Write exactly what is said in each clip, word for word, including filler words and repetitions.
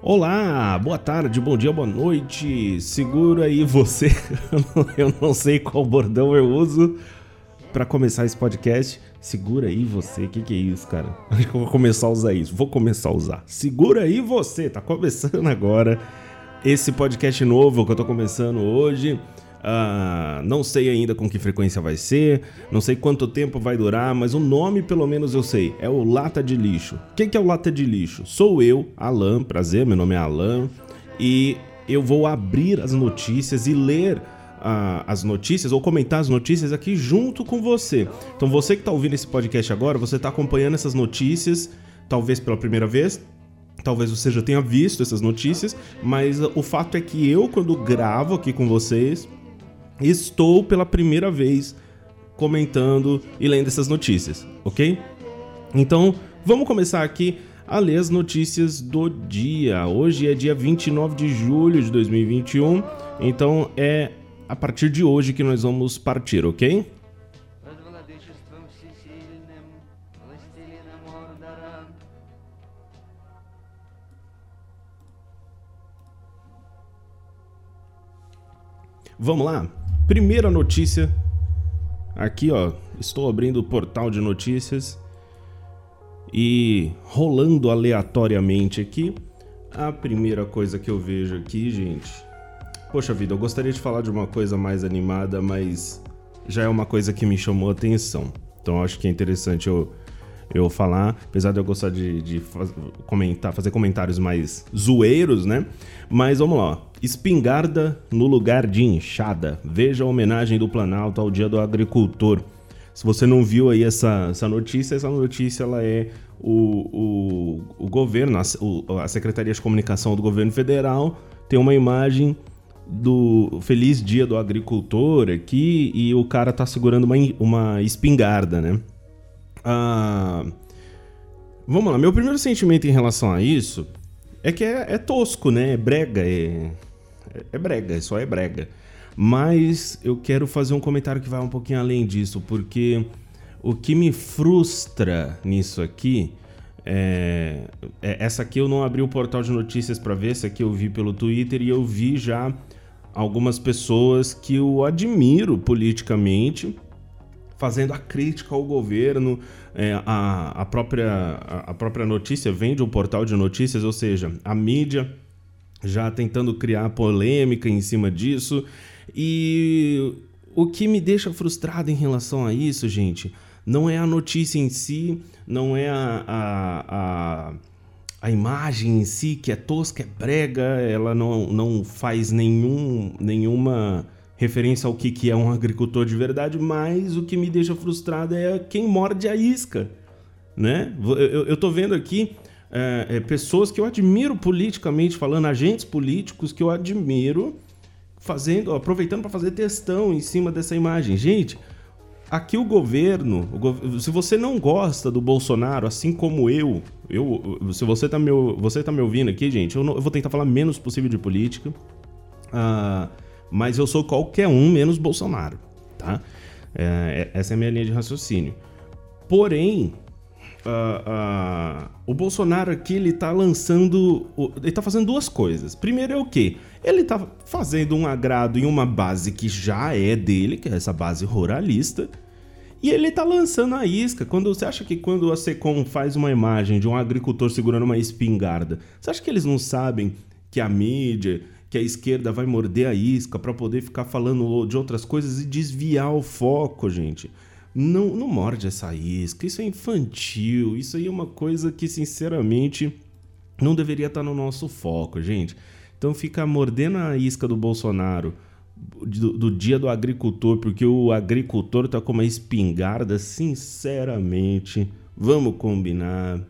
Olá, boa tarde, bom dia, boa noite, segura aí você, eu não sei qual bordão eu uso pra começar esse podcast, segura aí você, o que que é isso, cara? Acho que eu vou começar a usar isso, vou começar a usar, segura aí você, tá começando agora esse podcast novo que eu tô começando hoje. Uh, não sei ainda com que frequência vai ser, não sei quanto tempo vai durar, mas o nome pelo menos eu sei, é o Lata de Lixo. O que, que é o Lata de Lixo? Sou eu, Alan, prazer, meu nome é Alan, e eu vou abrir as notícias e ler uh, as notícias ou comentar as notícias aqui junto com você. Então você que está ouvindo esse podcast agora, você está acompanhando essas notícias, talvez pela primeira vez. Talvez você já tenha visto essas notícias, mas o fato é que eu, quando gravo aqui com vocês, estou pela primeira vez comentando e lendo essas notícias, ok? Então, vamos começar aqui a ler as notícias do dia. Hoje é dia vinte e nove de julho de dois mil e vinte e um, então é a partir de hoje que nós vamos partir, ok? Vamos lá? Primeira notícia, aqui ó, estou abrindo o portal de notícias e rolando aleatoriamente aqui, a primeira coisa que eu vejo aqui, gente, poxa vida, eu gostaria de falar de uma coisa mais animada, mas já é uma coisa que me chamou a atenção, então acho que é interessante eu, eu falar, apesar de eu gostar de, de faz, comentar, fazer comentários mais zoeiros, né, mas vamos lá. Espingarda no lugar de enxada. Veja a homenagem do Planalto ao Dia do Agricultor. Se você não viu aí essa, essa notícia, essa notícia ela é o, o, o governo, a, o, a Secretaria de Comunicação do Governo Federal tem uma imagem do Feliz Dia do Agricultor aqui e o cara tá segurando uma, uma espingarda, né? Ah, vamos lá, meu primeiro sentimento em relação a isso é que é, é tosco, né? É brega, é... É brega, só é brega. Mas eu quero fazer um comentário que vai um pouquinho além disso, porque o que me frustra nisso aqui é... é essa aqui eu não abri o portal de notícias para ver, essa aqui eu vi pelo Twitter e eu vi já algumas pessoas que eu admiro politicamente fazendo a crítica ao governo. É, a, a, própria, a própria notícia vem de um portal de notícias, ou seja, a mídia já tentando criar polêmica em cima disso. E o que me deixa frustrado em relação a isso, gente, não é a notícia em si, não é a, a, a, a imagem em si, que é tosca, é brega, ela não, não faz nenhum, nenhuma referência ao que, que é um agricultor de verdade, mas o que me deixa frustrado é quem morde a isca, né? Eu, eu tô vendo aqui É, é, pessoas que eu admiro politicamente falando, agentes políticos que eu admiro fazendo, aproveitando para fazer textão em cima dessa imagem. Gente, aqui o governo, o gov... se você não gosta do Bolsonaro, assim como eu, eu se você tá, me, você tá me ouvindo aqui, gente, eu, não, eu vou tentar falar menos possível de política, uh, mas eu sou qualquer um menos Bolsonaro, tá? É, essa é a minha linha de raciocínio. Porém, Uh, uh, o Bolsonaro aqui, ele tá lançando, ele tá fazendo duas coisas. Primeiro é o quê? Ele tá fazendo um agrado em uma base que já é dele, que é essa base ruralista, e ele tá lançando a isca. Quando você acha que quando a Secom faz uma imagem de um agricultor segurando uma espingarda, você acha que eles não sabem que a mídia, que a esquerda vai morder a isca para poder ficar falando de outras coisas e desviar o foco, gente? Não, não morde essa isca, isso é infantil, isso aí é uma coisa que, sinceramente, não deveria estar no nosso foco, gente. Então fica mordendo a isca do Bolsonaro, do, do Dia do Agricultor, porque o agricultor tá com uma espingarda, sinceramente, vamos combinar,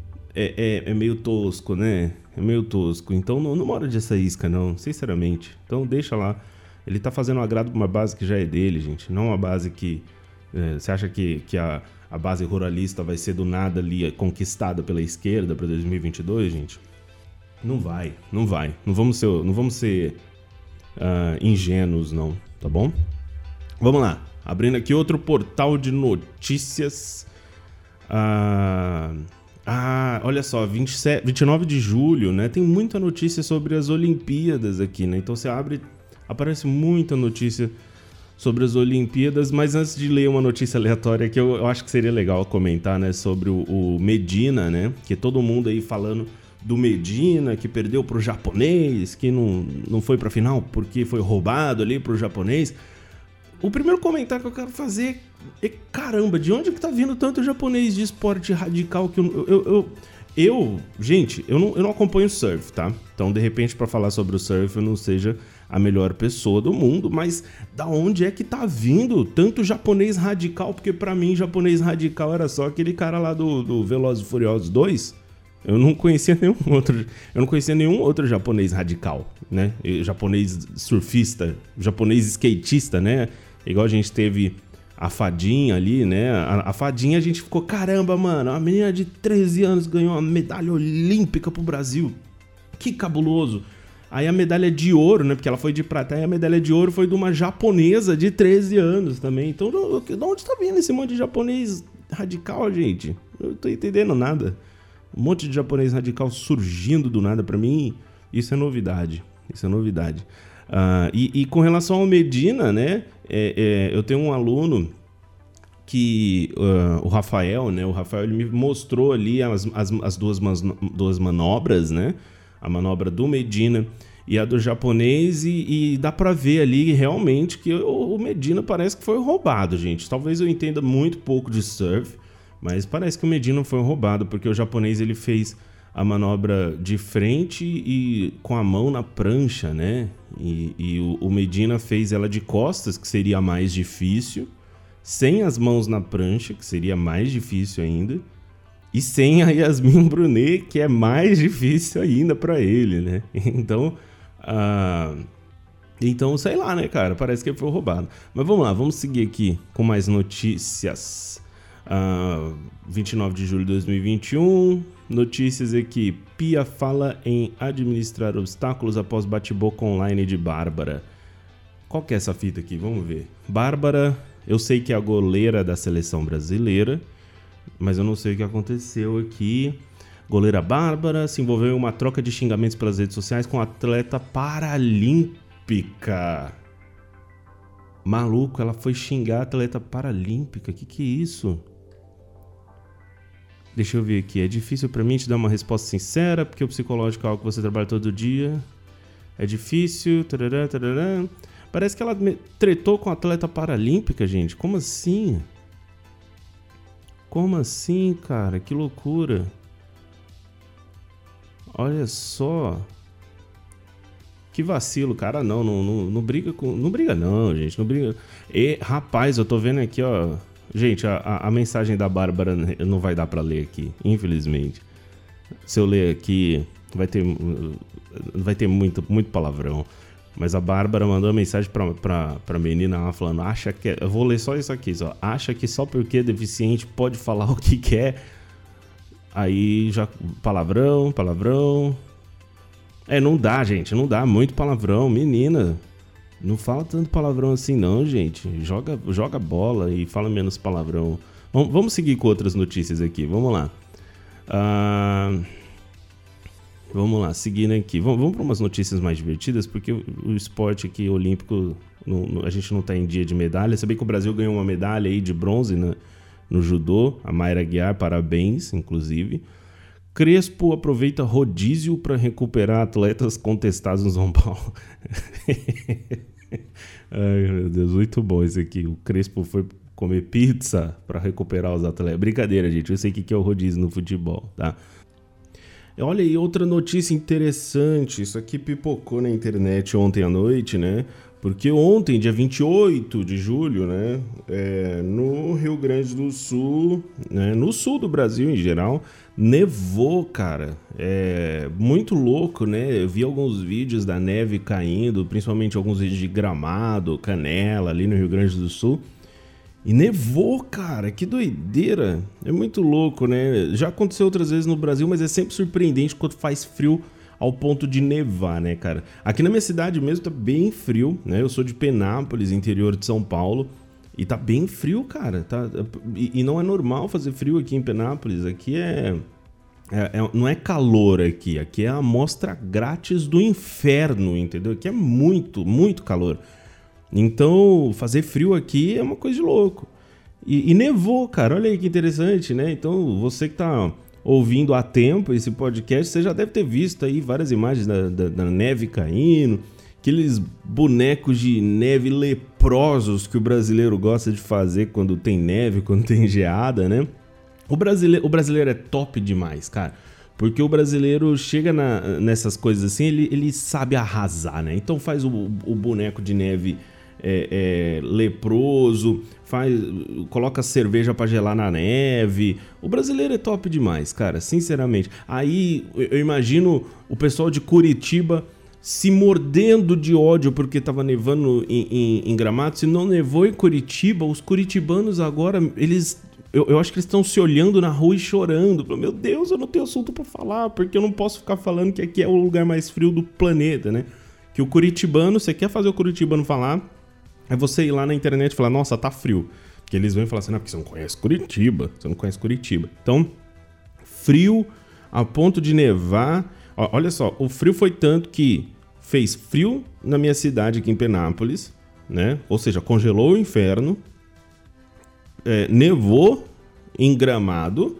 é, é, é meio tosco, né? É meio tosco, então não, não morde essa isca não, sinceramente. Então deixa lá, ele tá fazendo um agrado pra uma base que já é dele, gente, não uma base que... É, você acha que, que a, a base ruralista vai ser do nada ali conquistada pela esquerda para dois mil e vinte e dois, gente? Não vai, não vai. Não vamos ser, não vamos ser uh, ingênuos, não, tá bom? Vamos lá, abrindo aqui outro portal de notícias. Uh, Ah, olha só, vinte e sete, vinte e nove de julho, né? Tem muita notícia sobre as Olimpíadas aqui, né? Então você abre, aparece muita notícia sobre as Olimpíadas, mas antes de ler uma notícia aleatória que eu, eu acho que seria legal comentar, né? Sobre o, o Medina, né? Que todo mundo aí falando do Medina, que perdeu pro japonês, que não, não foi pra final porque foi roubado ali pro japonês. O primeiro comentário que eu quero fazer é, caramba, de onde que tá vindo tanto japonês de esporte radical que eu... eu, eu, eu gente, eu não, eu não acompanho surf, tá? Então, de repente, pra falar sobre o surf, eu não seja a melhor pessoa do mundo, mas da onde é que tá vindo tanto japonês radical? Porque pra mim, japonês radical era só aquele cara lá do, do Velozes e Furiosos dois. Eu não conhecia nenhum outro, eu não conhecia nenhum outro japonês radical, né? Japonês surfista, japonês skatista, né? Igual a gente teve a Fadinha ali, né? A, a Fadinha a gente ficou, caramba, mano, uma menina de treze anos ganhou uma medalha olímpica pro Brasil. Que cabuloso. Aí a medalha de ouro, né? Porque ela foi de prata, aí a medalha de ouro foi de uma japonesa de treze anos também. Então, de onde tá vindo esse monte de japonês radical, gente? Eu não tô entendendo nada. Um monte de japonês radical surgindo do nada pra mim, isso é novidade. Isso é novidade. Uh, e, e com relação ao Medina, né? É, é, eu tenho um aluno que, uh, o Rafael, né? O Rafael ele me mostrou ali as, as, as duas, mas, duas manobras, né? A manobra do Medina e a do japonês, e, e dá pra ver ali realmente que o, o Medina parece que foi roubado, gente. Talvez eu entenda muito pouco de surf, mas parece que o Medina foi roubado, porque o japonês ele fez a manobra de frente e com a mão na prancha, né? E, e o, o Medina fez ela de costas, que seria mais difícil, sem as mãos na prancha, que seria mais difícil ainda, e sem a Yasmin Brunet, que é mais difícil ainda pra ele, né? Então, uh, então, sei lá, né, cara? Parece que ele foi roubado. Mas vamos lá, vamos seguir aqui com mais notícias. Uh, vinte e nove de julho de dois mil e vinte e um, notícias aqui. Pia fala em administrar obstáculos após bate-boca online de Bárbara. Qual que é essa fita aqui? Vamos ver. Bárbara, eu sei que é a goleira da seleção brasileira, mas eu não sei o que aconteceu aqui. Goleira Bárbara se envolveu em uma troca de xingamentos pelas redes sociais com atleta paralímpica. Maluco, ela foi xingar a atleta paralímpica. Que que é isso? Deixa eu ver aqui. É difícil pra mim te dar uma resposta sincera, porque o psicológico é algo que você trabalha todo dia. É difícil. Tarará, tarará. Parece que ela tretou com a atleta paralímpica, gente. Como assim? Como assim, cara? Que loucura. Olha só. Que vacilo, cara. Não, não, não, não briga com... Não briga não, gente. Não briga. E, rapaz, eu tô vendo aqui, ó... Gente, a, a, a mensagem da Bárbara não vai dar pra ler aqui, infelizmente. Se eu ler aqui, vai ter, vai ter muito, muito palavrão. Mas a Bárbara mandou uma mensagem pra, pra, pra menina lá falando, acha que... Eu vou ler só isso aqui, só. Acha que só porque é deficiente pode falar o que quer. Aí já... Palavrão, palavrão... É, não dá, gente, não dá. Muito palavrão, menina... Não fala tanto palavrão assim não, gente. Joga, joga bola e fala menos palavrão. Vamos, vamos seguir com outras notícias aqui. Vamos lá. Uh, vamos lá, seguindo aqui. Vamos, vamos para umas notícias mais divertidas, porque o, o esporte aqui olímpico, no, no, a gente não está em dia de medalha. Sabia que o Brasil ganhou uma medalha aí de bronze na, no judô. A Mayra Guiar, parabéns, inclusive. Crespo aproveita rodízio para recuperar atletas contestados no São Paulo. Ai, meu Deus, muito bom esse aqui. O Crespo foi comer pizza para recuperar os atletas. Brincadeira, gente. Eu sei o que é o rodízio no futebol, tá? Olha aí, outra notícia interessante. Isso aqui pipocou na internet ontem à noite, né? Porque ontem, dia vinte e oito de julho, né? É, no Rio Grande do Sul, né? No sul do Brasil em geral, nevou, cara. É muito louco, né? Eu vi alguns vídeos da neve caindo, principalmente alguns vídeos de Gramado, Canela, ali no Rio Grande do Sul. E nevou, cara, que doideira. É muito louco, né? Já aconteceu outras vezes no Brasil, mas é sempre surpreendente quando faz frio ao ponto de nevar, né, cara? Aqui na minha cidade mesmo tá bem frio, né? Eu sou de Penápolis, interior de São Paulo, e tá bem frio, cara. Tá... E, e não é normal fazer frio aqui em Penápolis. Aqui é... É, é, não é calor aqui, aqui é a amostra grátis do inferno, entendeu? Aqui é muito, muito calor. Então, fazer frio aqui é uma coisa de louco. E, e nevou, cara, olha aí que interessante, né? Então, você que tá ouvindo há tempo esse podcast, você já deve ter visto aí várias imagens da, da, da neve caindo, aqueles bonecos de neve leprosos que o brasileiro gosta de fazer quando tem neve, quando tem geada, né? O brasileiro, o brasileiro é top demais, cara. Porque o brasileiro chega na, nessas coisas assim, ele, ele sabe arrasar, né? Então faz o, o boneco de neve é, é, leproso, faz, coloca cerveja pra gelar na neve. O brasileiro é top demais, cara, sinceramente. Aí eu imagino o pessoal de Curitiba se mordendo de ódio porque tava nevando em, em, em Gramado. Se não nevou em Curitiba, os curitibanos agora, eles... Eu, eu acho que eles estão se olhando na rua e chorando. Meu Deus, eu não tenho assunto pra falar, porque eu não posso ficar falando que aqui é o lugar mais frio do planeta, né? Que o curitibano, você quer fazer o curitibano falar, é você ir lá na internet e falar, nossa, tá frio. Porque eles vão falar assim, não, porque você não conhece Curitiba, você não conhece Curitiba. Então, frio a ponto de nevar. Ó, olha só, o frio foi tanto que fez frio na minha cidade aqui em Penápolis, né? Ou seja, congelou o inferno. É, nevou em Gramado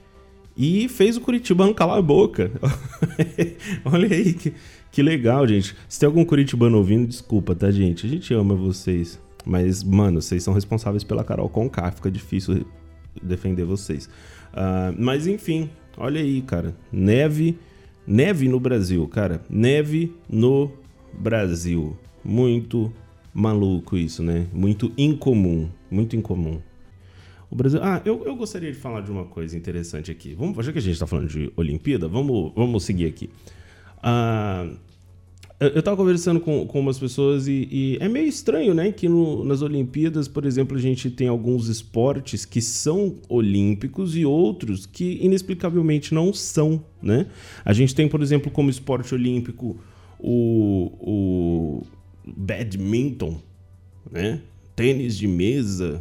e fez o curitibano calar a boca. Olha aí que, que legal, gente. Se tem algum curitibano ouvindo, desculpa, tá, gente? A gente ama vocês. Mas, mano, vocês são responsáveis pela Carol Conká. Fica difícil defender vocês. Uh, mas, enfim, olha aí, cara. Neve, neve no Brasil, cara. Neve no Brasil. Muito maluco isso, né? Muito incomum. Muito incomum. O Brasil... Ah, eu, eu gostaria de falar de uma coisa interessante aqui. Vamos, já que a gente está falando de Olimpíada, vamos, vamos seguir aqui. Ah, eu estava conversando com, com umas pessoas e, e é meio estranho, né? Que no, nas Olimpíadas, por exemplo, a gente tem alguns esportes que são olímpicos e outros que inexplicavelmente não são, né? A gente tem, por exemplo, como esporte olímpico o, o badminton, né? Tênis de mesa...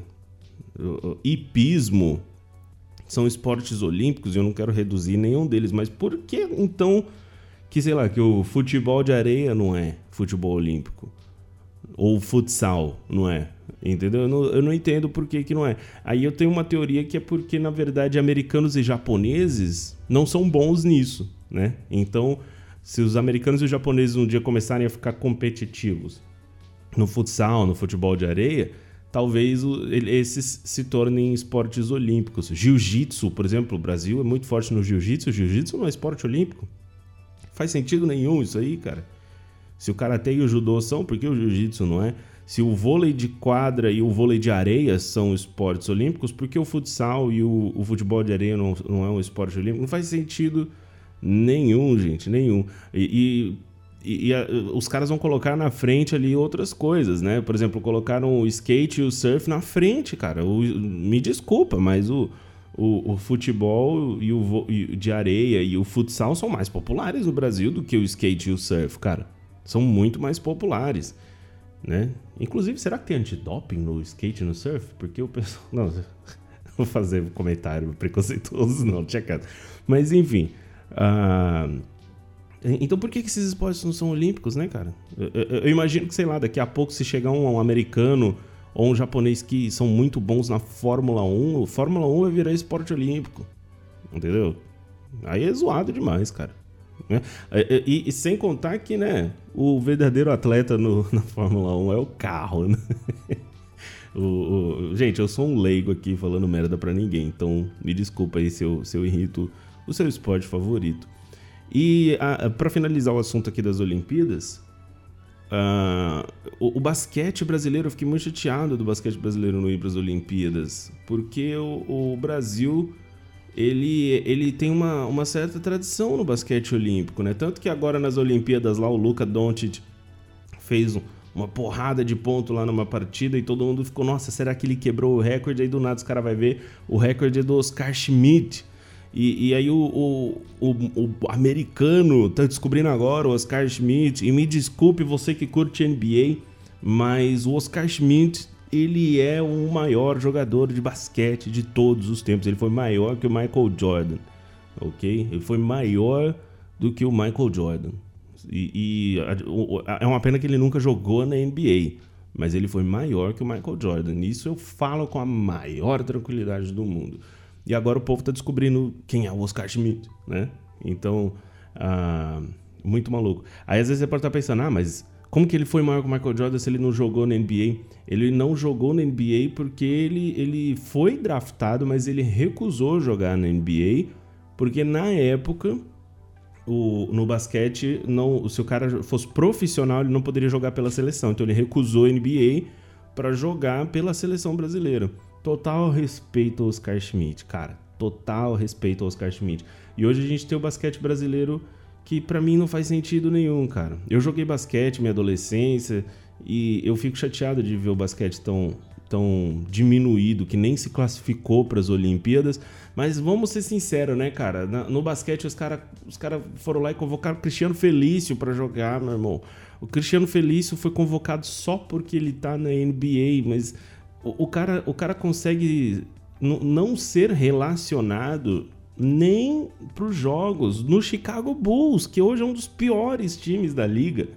hipismo, são esportes olímpicos e eu não quero reduzir nenhum deles, mas por que então que, sei lá, que o futebol de areia não é futebol olímpico? Ou futsal não é? Entendeu? Eu não, eu não entendo por que que não é. Aí eu tenho uma teoria que é porque, na verdade, americanos e japoneses não são bons nisso, né? Então, se os americanos e os japoneses um dia começarem a ficar competitivos no futsal, no futebol de areia, talvez esses se tornem esportes olímpicos. Jiu-jitsu, por exemplo, o Brasil é muito forte no jiu-jitsu. Jiu-jitsu não é esporte olímpico. Faz sentido nenhum isso aí, cara. Se o karatê e o judô são, por que o jiu-jitsu não é? Se o vôlei de quadra e o vôlei de areia são esportes olímpicos, por que o futsal e o, o futebol de areia não, não é um esporte olímpico? Não faz sentido nenhum, gente, nenhum. E... e E, e a, os caras vão colocar na frente ali outras coisas, né? Por exemplo, colocaram o skate e o surf na frente, cara. O, me desculpa, mas o, o, o futebol e o e de areia e o futsal são mais populares no Brasil do que o skate e o surf, cara. São muito mais populares, né? Inclusive, será que tem antidoping no skate e no surf? Porque o pessoal... Não, vou fazer um comentário preconceituoso, não, tinha cara. Mas, enfim... Uh... Então por que que esses esportes não são olímpicos, né, cara? Eu, eu, eu imagino que, sei lá, daqui a pouco se chegar um, um americano ou um japonês que são muito bons na Fórmula um, o Fórmula um vai virar esporte olímpico, entendeu? Aí é zoado demais, cara. Né? E, e, e sem contar que, né, o verdadeiro atleta no, na Fórmula um é o carro, né? o, o, gente, eu sou um leigo aqui falando merda pra ninguém, então me desculpa aí se eu, se eu irrito o seu esporte favorito. E para finalizar o assunto aqui das Olimpíadas, uh, o, o basquete brasileiro, eu fiquei muito chateado do basquete brasileiro não ir para as Olimpíadas, porque o, o Brasil ele, ele tem uma, uma certa tradição no basquete olímpico, né? Tanto que agora nas Olimpíadas lá o Luka Doncic fez um, uma porrada de ponto lá numa partida e todo mundo ficou, nossa, será que ele quebrou o recorde? Aí do nada os caras vão ver, o recorde é do Oscar Schmidt. E, e aí o, o, o, o americano tá descobrindo agora o Oscar Schmidt. E me desculpe você que curte N B A, mas o Oscar Schmidt, ele é o maior jogador de basquete de todos os tempos. Ele foi maior que o Michael Jordan, ok? Ele foi maior do que o Michael Jordan. E, e a, é uma pena que ele nunca jogou na N B A, mas ele foi maior que o Michael Jordan. Isso eu falo com a maior tranquilidade do mundo. E agora o povo tá descobrindo quem é o Oscar Schmidt, né? Então, ah, muito maluco. Aí às vezes você pode estar pensando, ah, mas como que ele foi maior que o Michael Jordan se ele não jogou na N B A? Ele não jogou na N B A porque ele, ele foi draftado, mas ele recusou jogar na N B A, porque na época, o, no basquete, não, se o cara fosse profissional, ele não poderia jogar pela seleção. Então ele recusou a N B A para jogar pela seleção brasileira. Total respeito ao Oscar Schmidt, cara. Total respeito ao Oscar Schmidt. E hoje a gente tem o basquete brasileiro que pra mim não faz sentido nenhum, cara. Eu joguei basquete minha adolescência e eu fico chateado de ver o basquete tão, tão diminuído, que nem se classificou pras Olimpíadas. Mas vamos ser sinceros, né, cara? No basquete os caras os cara foram lá e convocaram o Cristiano Felício pra jogar, meu irmão. O Cristiano Felício foi convocado só porque ele tá na N B A, mas o, o, cara, o cara consegue n- não ser relacionado nem para os jogos no Chicago Bulls, que hoje é um dos piores times da liga.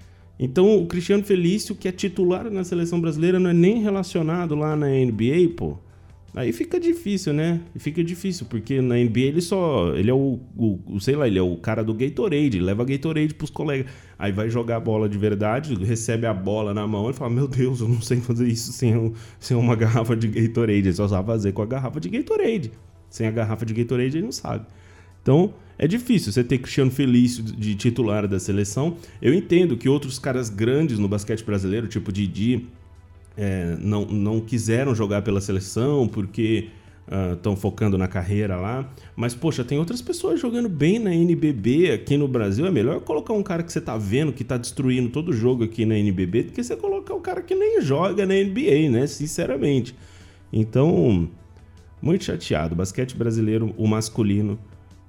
Então o Cristiano Felício, que é titular na seleção brasileira, não é nem relacionado lá na N B A, pô. Aí fica difícil, né? Fica difícil, porque na N B A ele só... Ele é o, o... Sei lá, ele é o cara do Gatorade, ele leva Gatorade pros colegas. Aí vai jogar a bola de verdade, recebe a bola na mão e fala, meu Deus, eu não sei fazer isso sem, sem uma garrafa de Gatorade. Ele só sabe fazer com a garrafa de Gatorade. Sem a garrafa de Gatorade ele não sabe. Então é difícil você ter Cristiano Felício de titular da seleção. Eu entendo que outros caras grandes no basquete brasileiro, tipo Didi, é, não, não quiseram jogar pela seleção porque estão uh, focando na carreira lá. Mas, poxa, tem outras pessoas jogando bem na N B B aqui no Brasil. É melhor colocar um cara que você tá vendo, que tá destruindo todo jogo aqui na N B B, do que você colocar um cara que nem joga na N B A, né? Sinceramente. Então, muito chateado. Basquete brasileiro, o masculino,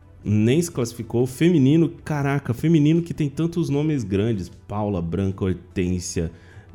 nem se classificou. Feminino, caraca, feminino que tem tantos nomes grandes. Paula, Branca, Hortência...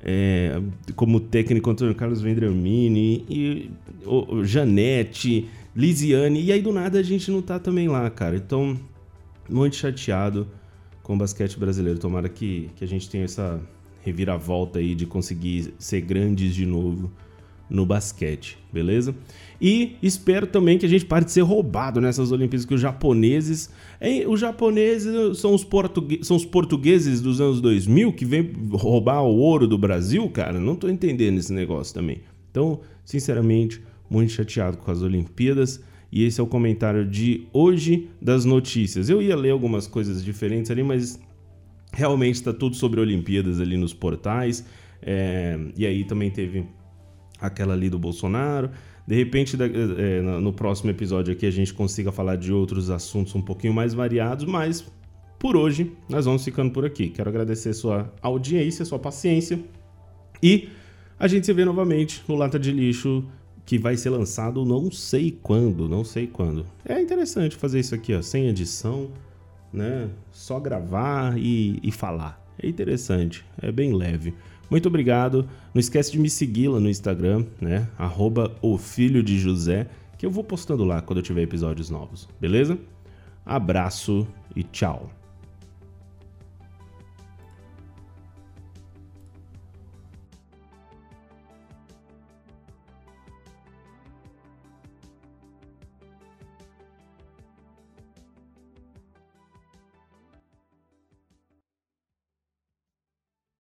É, como técnico Antônio Carlos Vendramini, e, o, o Janete, Lisiane, e aí do nada a gente não tá também lá, cara. Então, muito chateado com o basquete brasileiro. Tomara que, que a gente tenha essa reviravolta aí de conseguir ser grandes de novo no basquete, beleza? E espero também que a gente pare de ser roubado nessas Olimpíadas, que os japoneses... Hein, os japoneses são os, portugue- são os portugueses dos anos dois mil que vêm roubar o ouro do Brasil, cara? Não tô entendendo esse negócio também. Então, sinceramente, muito chateado com as Olimpíadas. E esse é o comentário de hoje das notícias. Eu ia ler algumas coisas diferentes ali, mas realmente está tudo sobre Olimpíadas ali nos portais. É, e aí também teve aquela ali do Bolsonaro. De repente, é, no próximo episódio aqui, a gente consiga falar de outros assuntos um pouquinho mais variados, mas por hoje nós vamos ficando por aqui. Quero agradecer sua audiência, sua paciência, e a gente se vê novamente no Lata de Lixo, que vai ser lançado não sei quando, não sei quando. É interessante fazer isso aqui, ó, sem edição, né? Só gravar e, e falar. É interessante, é bem leve. Muito obrigado. Não esquece de me seguir lá no Instagram, né? Arroba o Filho de José, que eu vou postando lá quando eu tiver episódios novos, beleza? Abraço e tchau.